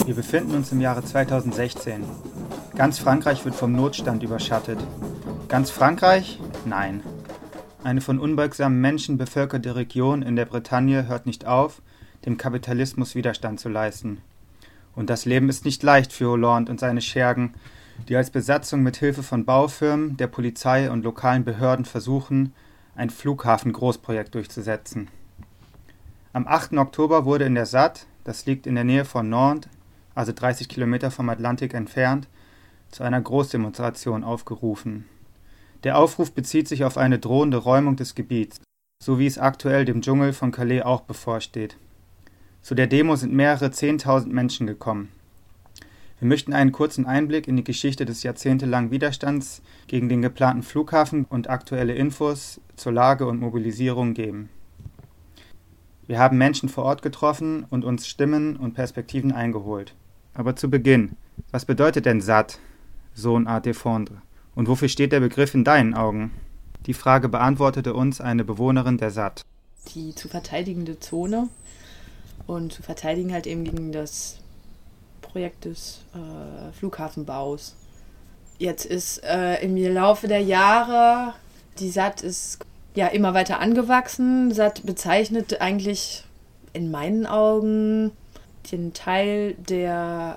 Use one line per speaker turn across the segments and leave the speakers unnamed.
Wir befinden uns im Jahre 2016. Ganz Frankreich wird vom Notstand überschattet. Ganz Frankreich? Nein. Eine von unbeugsamen Menschen bevölkerte Region in der Bretagne hört nicht auf, dem Kapitalismus Widerstand zu leisten. Und das Leben ist nicht leicht für Hollande und seine Schergen, die als Besatzung mit Hilfe von Baufirmen, der Polizei und lokalen Behörden versuchen, ein Flughafen-Großprojekt durchzusetzen. Am 8. Oktober wurde in der SAD, das liegt in der Nähe von Nantes, also 30 Kilometer vom Atlantik entfernt, zu einer Großdemonstration aufgerufen. Der Aufruf bezieht sich auf eine drohende Räumung des Gebiets, so wie es aktuell dem Dschungel von Calais auch bevorsteht. Zu der Demo sind mehrere 10.000 Menschen gekommen. Wir möchten einen kurzen Einblick in die Geschichte des jahrzehntelangen Widerstands gegen den geplanten Flughafen und aktuelle Infos zur Lage und Mobilisierung geben. Wir haben Menschen vor Ort getroffen und uns Stimmen und Perspektiven eingeholt. Aber zu Beginn, was bedeutet denn SAD, Zone à défendre? Und wofür steht der Begriff in deinen Augen? Die Frage beantwortete uns eine Bewohnerin der SAD.
Die zu verteidigende Zone und zu verteidigen halt eben gegen das Projekt des Flughafenbaus. Jetzt ist im Laufe der Jahre, die SAD ist ja immer weiter angewachsen. SAD bezeichnet eigentlich in meinen Augen den Teil der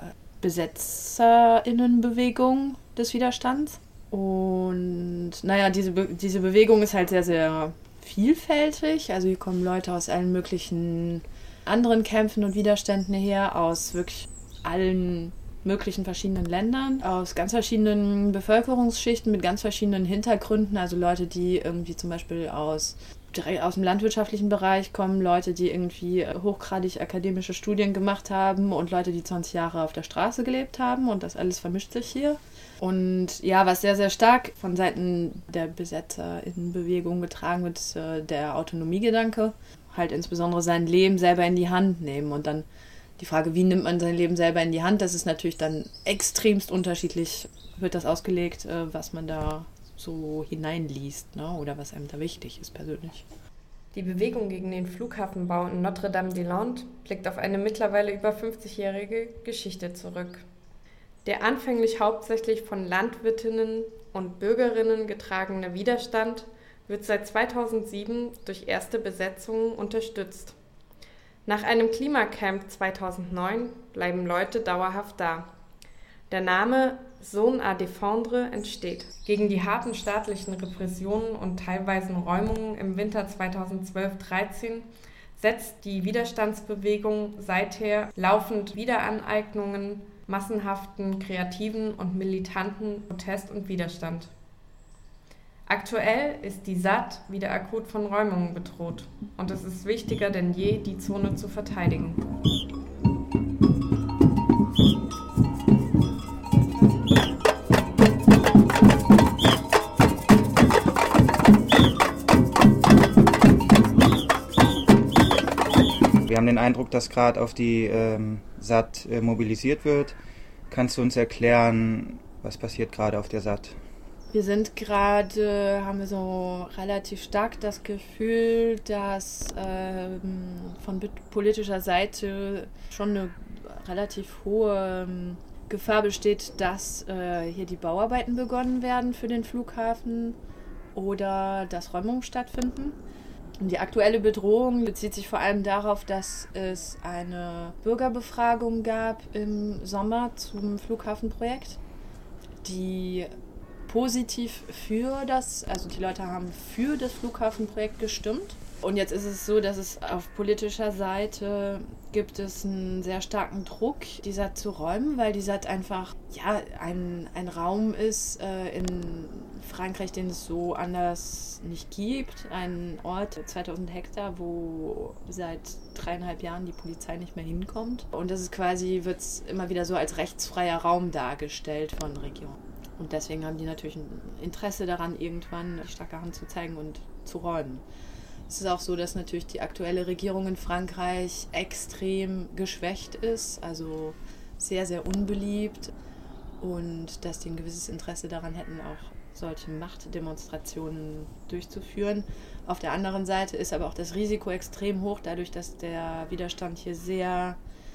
BesetzerInnenbewegung des Widerstands. Und naja, diese Bewegung ist halt sehr, sehr vielfältig. Also hier kommen Leute aus allen möglichen anderen Kämpfen und Widerständen her, aus wirklich allen möglichen verschiedenen Ländern, aus ganz verschiedenen Bevölkerungsschichten mit ganz verschiedenen Hintergründen. Also Leute, die irgendwie zum Beispiel direkt aus dem landwirtschaftlichen Bereich kommen, Leute, die irgendwie hochgradig akademische Studien gemacht haben und Leute, die 20 Jahre auf der Straße gelebt haben, und das alles vermischt sich hier. Und ja, was sehr, sehr stark von Seiten der BesetzerInnenbewegung getragen wird, ist der Autonomiegedanke. Halt insbesondere sein Leben selber in die Hand nehmen. Und dann die Frage, wie nimmt man sein Leben selber in die Hand, das ist natürlich dann extremst unterschiedlich, wird das ausgelegt, was man da so hineinliest, ne? Oder was einem da wichtig ist persönlich.
Die Bewegung gegen den Flughafenbau in Notre-Dame-des-Landes blickt auf eine mittlerweile über 50-jährige Geschichte zurück. Der anfänglich hauptsächlich von Landwirtinnen und Bürgerinnen getragene Widerstand wird seit 2007 durch erste Besetzungen unterstützt. Nach einem Klimacamp 2009 bleiben Leute dauerhaft da. Der Name Zone à défendre entsteht. Gegen die harten staatlichen Repressionen und teilweisen Räumungen im Winter 2012-13 setzt die Widerstandsbewegung seither laufend Wiederaneignungen, massenhaften, kreativen und militanten Protest und Widerstand. Aktuell ist die SAD wieder akut von Räumungen bedroht und es ist wichtiger denn je, die Zone zu verteidigen.
Wir haben den Eindruck, dass gerade auf die SAD mobilisiert wird. Kannst du uns erklären, was passiert gerade auf der SAD?
Wir sind gerade, haben wir so relativ stark das Gefühl, dass von politischer Seite schon eine relativ hohe Gefahr besteht, dass hier die Bauarbeiten begonnen werden für den Flughafen oder dass Räumungen stattfinden. Und die aktuelle Bedrohung bezieht sich vor allem darauf, dass es eine Bürgerbefragung gab im Sommer zum Flughafenprojekt, die positiv also die Leute haben für das Flughafenprojekt gestimmt. Und jetzt ist es so, dass es auf politischer Seite gibt es einen sehr starken Druck, die SAD zu räumen, weil die SAD einfach ein Raum ist in Frankreich, den es so anders nicht gibt. Ein Ort, 2000 Hektar, wo seit 3,5 Jahren die Polizei nicht mehr hinkommt. Und das ist wird es immer wieder so als rechtsfreier Raum dargestellt von Regionen. Und deswegen haben die natürlich ein Interesse daran, irgendwann die starke Hand zu zeigen und zu räumen. Es ist auch so, dass natürlich die aktuelle Regierung in Frankreich extrem geschwächt ist, also sehr, sehr unbeliebt, und dass die ein gewisses Interesse daran hätten, auch solche Machtdemonstrationen durchzuführen. Auf der anderen Seite ist aber auch das Risiko extrem hoch, dadurch, dass der Widerstand hier sehr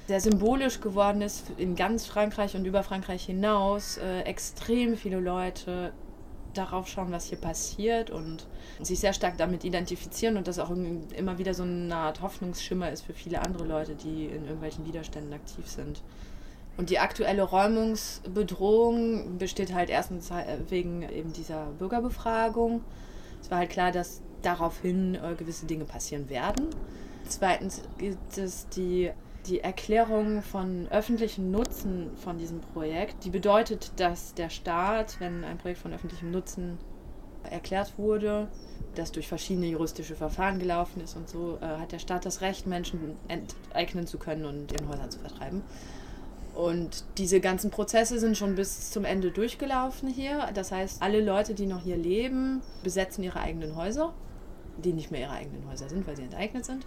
sehr symbolisch geworden ist in ganz Frankreich und über Frankreich hinaus. Extrem viele Leute darauf schauen, was hier passiert und sich sehr stark damit identifizieren und das auch immer wieder so eine Art Hoffnungsschimmer ist für viele andere Leute, die in irgendwelchen Widerständen aktiv sind. Und die aktuelle Räumungsbedrohung besteht halt erstens wegen eben dieser Bürgerbefragung. Es war halt klar, dass daraufhin gewisse Dinge passieren werden. Zweitens gibt es die Erklärung von öffentlichem Nutzen von diesem Projekt. Die bedeutet, dass der Staat, wenn ein Projekt von öffentlichem Nutzen erklärt wurde, das durch verschiedene juristische Verfahren gelaufen ist und so, hat der Staat das Recht, Menschen enteignen zu können und ihren Häusern zu vertreiben. Und diese ganzen Prozesse sind schon bis zum Ende durchgelaufen hier. Das heißt, alle Leute, die noch hier leben, besetzen ihre eigenen Häuser, die nicht mehr ihre eigenen Häuser sind, weil sie enteignet sind.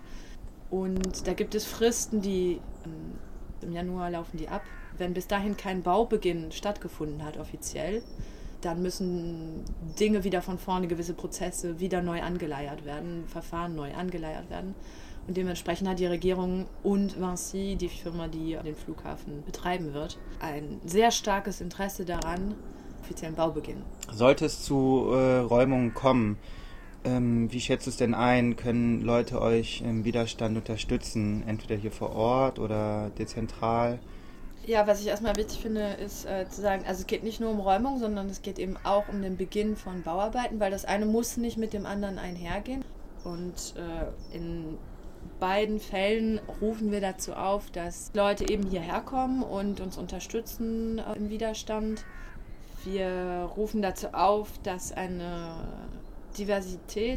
Und da gibt es Fristen, die im Januar laufen die ab. Wenn bis dahin kein Baubeginn stattgefunden hat offiziell, dann müssen Dinge wieder von vorne, gewisse Prozesse wieder neu angeleiert werden, Verfahren neu angeleiert werden. Und dementsprechend hat die Regierung und Vinci, die Firma, die den Flughafen betreiben wird, ein sehr starkes Interesse daran, offiziellen Baubeginn.
Sollte es zu Räumungen kommen, wie schätzt es denn ein? Können Leute euch im Widerstand unterstützen, entweder hier vor Ort oder dezentral?
Ja, was ich erstmal wichtig finde, ist zu sagen, also es geht nicht nur um Räumung, sondern es geht eben auch um den Beginn von Bauarbeiten, weil das eine muss nicht mit dem anderen einhergehen. Und in beiden Fällen rufen wir dazu auf, dass Leute eben hierher kommen und uns unterstützen im Widerstand. Wir rufen dazu auf, dass eine Diversität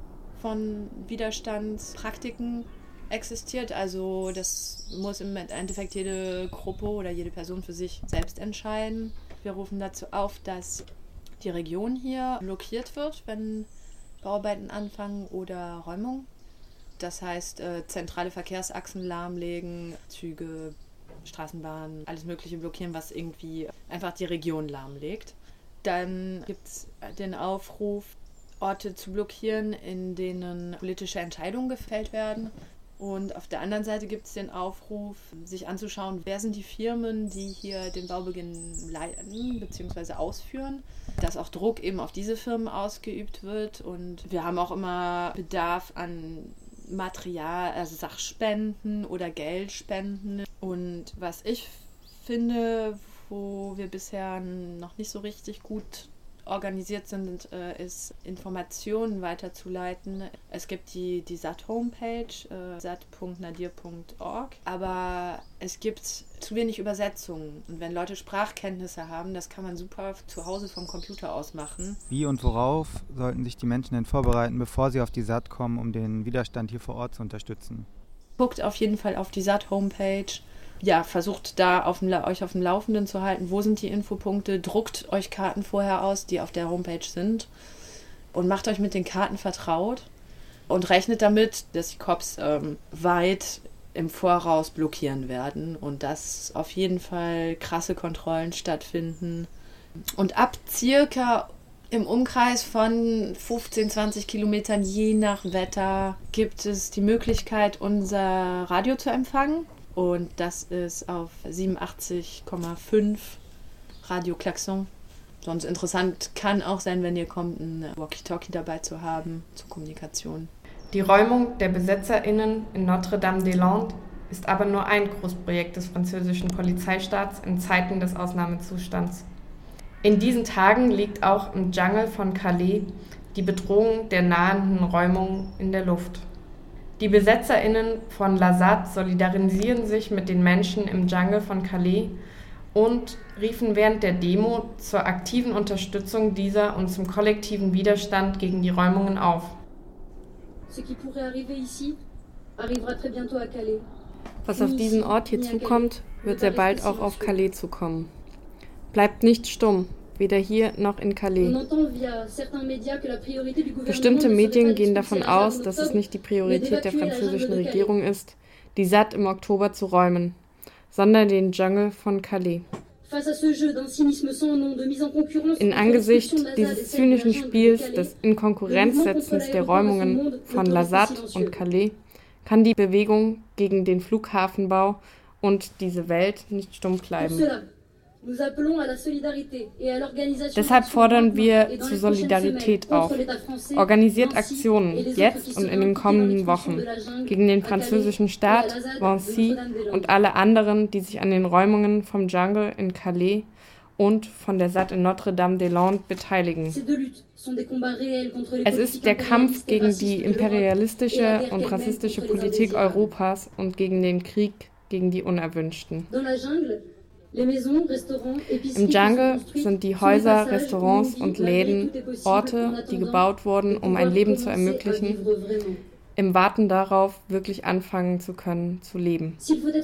von Widerstandspraktiken existiert. Also das muss im Endeffekt jede Gruppe oder jede Person für sich selbst entscheiden. Wir rufen dazu auf, dass die Region hier blockiert wird, wenn Bauarbeiten anfangen oder Räumung. Das heißt, zentrale Verkehrsachsen lahmlegen, Züge, Straßenbahnen, alles Mögliche blockieren, was irgendwie einfach die Region lahmlegt. Dann gibt es den Aufruf, Orte zu blockieren, in denen politische Entscheidungen gefällt werden. Und auf der anderen Seite gibt es den Aufruf, sich anzuschauen, wer sind die Firmen, die hier den Baubeginn leiten bzw. ausführen, dass auch Druck eben auf diese Firmen ausgeübt wird. Und wir haben auch immer Bedarf an Material, also Sachspenden oder Geldspenden. Und was ich finde, wo wir bisher noch nicht so richtig gut organisiert sind, ist Informationen weiterzuleiten. Es gibt die SAT-Homepage, sat.nadir.org, aber es gibt zu wenig Übersetzungen. Und wenn Leute Sprachkenntnisse haben, das kann man super zu Hause vom Computer aus machen.
Wie und worauf sollten sich die Menschen denn vorbereiten, bevor sie auf die SAT kommen, um den Widerstand hier vor Ort zu unterstützen?
Guckt auf jeden Fall auf die SAT-Homepage. Ja, versucht da euch auf dem Laufenden zu halten. Wo sind die Infopunkte? Druckt euch Karten vorher aus, die auf der Homepage sind. Und macht euch mit den Karten vertraut. Und rechnet damit, dass die Cops weit im Voraus blockieren werden. Und dass auf jeden Fall krasse Kontrollen stattfinden. Und ab circa im Umkreis von 15, 20 Kilometern, je nach Wetter, gibt es die Möglichkeit, unser Radio zu empfangen. Und das ist auf 87,5 Radio Klaxon. Sonst interessant kann auch sein, wenn ihr kommt, ein Walkie-Talkie dabei zu haben zur Kommunikation.
Die Räumung der BesetzerInnen in Notre-Dame-des-Landes ist aber nur ein Großprojekt des französischen Polizeistaats in Zeiten des Ausnahmezustands. In diesen Tagen liegt auch im Dschungel von Calais die Bedrohung der nahenden Räumung in der Luft. Die BesetzerInnen von La SAT solidarisieren sich mit den Menschen im Dschungel von Calais und riefen während der Demo zur aktiven Unterstützung dieser und zum kollektiven Widerstand gegen die Räumungen auf. Was auf diesen Ort hier zukommt, wird sehr bald auch auf Calais zukommen. Bleibt nicht stumm. Weder hier noch in Calais. Bestimmte Medien gehen davon aus, dass es nicht die Priorität der französischen Regierung ist, die SAT im Oktober zu räumen, sondern den Dschungel von Calais. In Angesicht dieses zynischen Spiels des Inkonkurrenzsetzens der Räumungen von La SAT und Calais kann die Bewegung gegen den Flughafenbau und diese Welt nicht stumm bleiben. Deshalb fordern wir zur Solidarität auf. Organisiert Aktionen, jetzt und in den kommenden Wochen, gegen den französischen Staat, Vinci und alle anderen, die sich an den Räumungen vom Jungle in Calais und von der SAT in Notre-Dame-des-Landes beteiligen. Es ist der Kampf gegen die imperialistische und rassistische Politik Europas und gegen den Krieg gegen die Unerwünschten. Im Jungle sind die Häuser, Restaurants und Läden Orte, die gebaut wurden, um ein Leben zu ermöglichen, im Warten darauf, wirklich anfangen zu können, zu leben.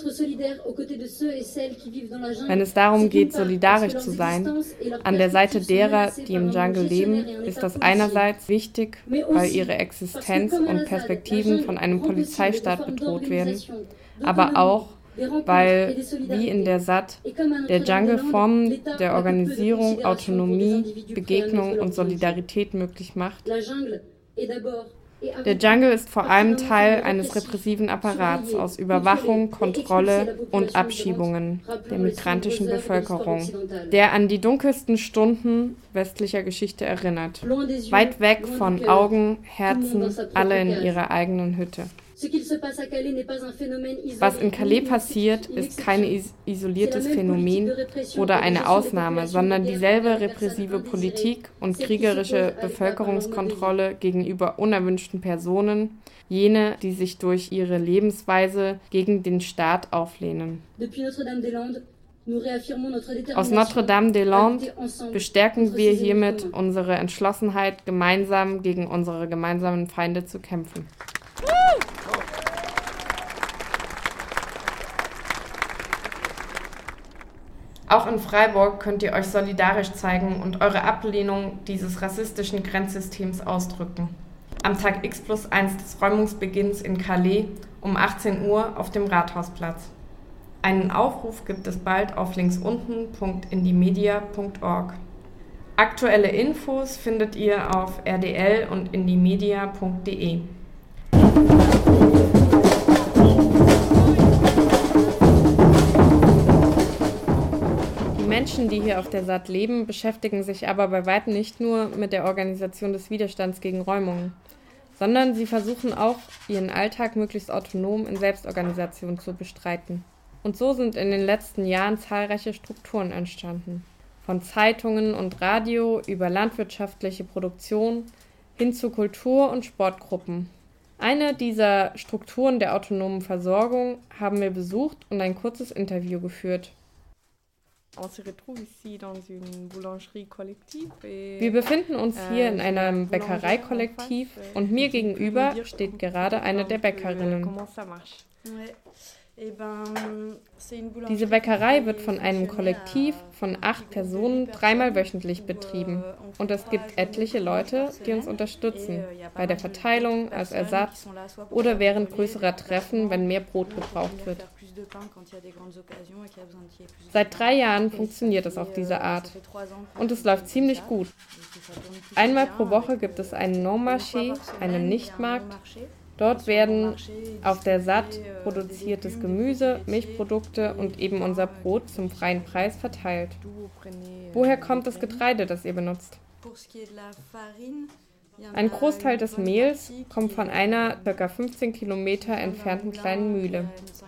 Wenn es darum geht, solidarisch zu sein, an der Seite derer, die im Jungle leben, ist das einerseits wichtig, weil ihre Existenz und Perspektiven von einem Polizeistaat bedroht werden, aber auch, weil, wie in der SAT, der Jungle Formen der Organisierung, Autonomie, Begegnung und Solidarität möglich macht. Der Jungle ist vor allem Teil eines repressiven Apparats aus Überwachung, Kontrolle und Abschiebungen der migrantischen Bevölkerung, der an die dunkelsten Stunden westlicher Geschichte erinnert. Weit weg von Augen, Herzen, alle in ihrer eigenen Hütte. Was in Calais passiert, ist kein isoliertes Phänomen oder eine Ausnahme, sondern dieselbe repressive Politik und kriegerische Bevölkerungskontrolle gegenüber unerwünschten Personen, jene, die sich durch ihre Lebensweise gegen den Staat auflehnen. Aus Notre-Dame-des-Landes bestärken wir hiermit unsere Entschlossenheit, gemeinsam gegen unsere gemeinsamen Feinde zu kämpfen. Auch in Freiburg könnt ihr euch solidarisch zeigen und eure Ablehnung dieses rassistischen Grenzsystems ausdrücken. Am Tag X+1 des Räumungsbeginns in Calais um 18 Uhr auf dem Rathausplatz. Einen Aufruf gibt es bald auf linksunten.indymedia.org. Aktuelle Infos findet ihr auf rdl und indymedia.de. Die Menschen, die hier auf der SAT leben, beschäftigen sich aber bei weitem nicht nur mit der Organisation des Widerstands gegen Räumungen, sondern sie versuchen auch, ihren Alltag möglichst autonom in Selbstorganisation zu bestreiten. Und so sind in den letzten Jahren zahlreiche Strukturen entstanden. Von Zeitungen und Radio über landwirtschaftliche Produktion hin zu Kultur- und Sportgruppen. Eine dieser Strukturen der autonomen Versorgung haben wir besucht und ein kurzes Interview geführt. Wir befinden uns hier in einem Bäckereikollektiv und mir gegenüber steht gerade eine der Bäckerinnen. Diese Bäckerei wird von einem Kollektiv von 8 Personen 3-mal wöchentlich betrieben und es gibt etliche Leute, die uns unterstützen, bei der Verteilung, als Ersatz oder während größerer Treffen, wenn mehr Brot gebraucht wird. Seit 3 Jahren funktioniert es auf diese Art und es läuft ziemlich gut. Einmal pro Woche gibt es einen Non-Marché, einen Nichtmarkt. Dort werden auf der SAT produziertes Gemüse, Milchprodukte und eben unser Brot zum freien Preis verteilt. Woher kommt das Getreide, das ihr benutzt? Ein Großteil des Mehls kommt von einer ca. 15 Kilometer entfernten kleinen Mühle.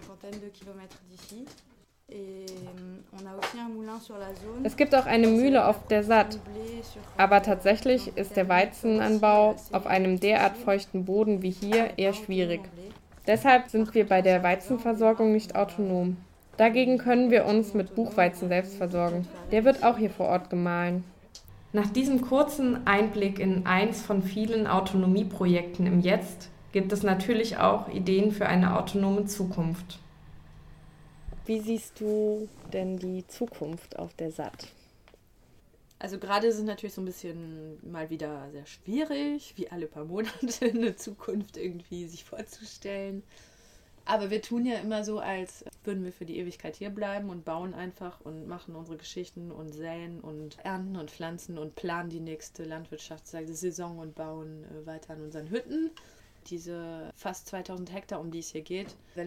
Es gibt auch eine Mühle auf der SAT, aber tatsächlich ist der Weizenanbau auf einem derart feuchten Boden wie hier eher schwierig. Deshalb sind wir bei der Weizenversorgung nicht autonom. Dagegen können wir uns mit Buchweizen selbst versorgen. Der wird auch hier vor Ort gemahlen. Nach diesem kurzen Einblick in eins von vielen Autonomieprojekten im Jetzt gibt es natürlich auch Ideen für eine autonome Zukunft. Wie siehst du denn die Zukunft auf der SAT?
Also gerade ist es natürlich so ein bisschen mal wieder sehr schwierig, wie alle paar Monate eine Zukunft irgendwie sich vorzustellen. Aber wir tun ja immer so, als würden wir für die Ewigkeit hier bleiben und bauen einfach und machen unsere Geschichten und säen und ernten und pflanzen und planen die nächste Landwirtschaftssaison und bauen weiter an unseren Hütten. Diese fast 2000 Hektar, um die es hier geht, wenn das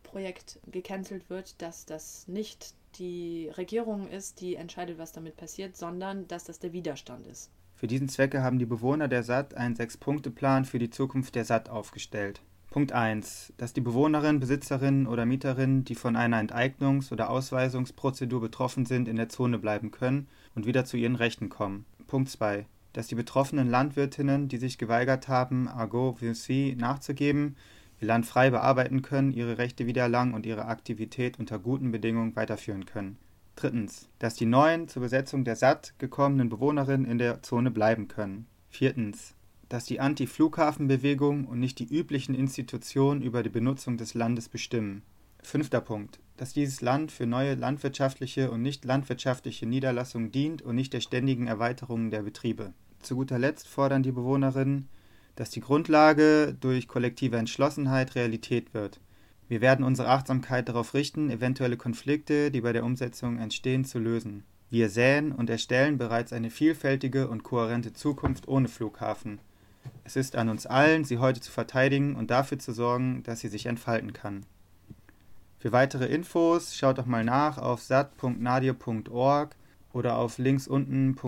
Projekt gecancelt wird, dass das nicht die Regierung ist, die entscheidet, was damit passiert, sondern dass das der Widerstand ist.
Für diesen Zwecke haben die Bewohner der SAD einen 6-Punkte-Plan für die Zukunft der SAD aufgestellt. Punkt 1. Dass die Bewohnerinnen, Besitzerinnen oder Mieterinnen, die von einer Enteignungs- oder Ausweisungsprozedur betroffen sind, in der Zone bleiben können und wieder zu ihren Rechten kommen. Punkt 2. Dass die betroffenen Landwirtinnen, die sich geweigert haben, Agro-Vinci nachzugeben, ihr Land frei bearbeiten können, ihre Rechte wiedererlangen und ihre Aktivität unter guten Bedingungen weiterführen können. 3. Dass die neuen zur Besetzung der SAD gekommenen Bewohnerinnen in der Zone bleiben können. 4. Dass die Anti-Flughafen-Bewegung und nicht die üblichen Institutionen über die Benutzung des Landes bestimmen. 5. Punkt. Dass dieses Land für neue landwirtschaftliche und nicht landwirtschaftliche Niederlassungen dient und nicht der ständigen Erweiterung der Betriebe. Zu guter Letzt fordern die Bewohnerinnen, dass die Grundlage durch kollektive Entschlossenheit Realität wird. Wir werden unsere Achtsamkeit darauf richten, eventuelle Konflikte, die bei der Umsetzung entstehen, zu lösen. Wir säen und erstellen bereits eine vielfältige und kohärente Zukunft ohne Flughafen. Es ist an uns allen, sie heute zu verteidigen und dafür zu sorgen, dass sie sich entfalten kann. Für weitere Infos schaut doch mal nach auf sad.nadir.org oder auf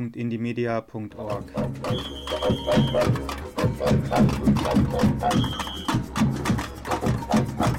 linksunten.indimedia.org.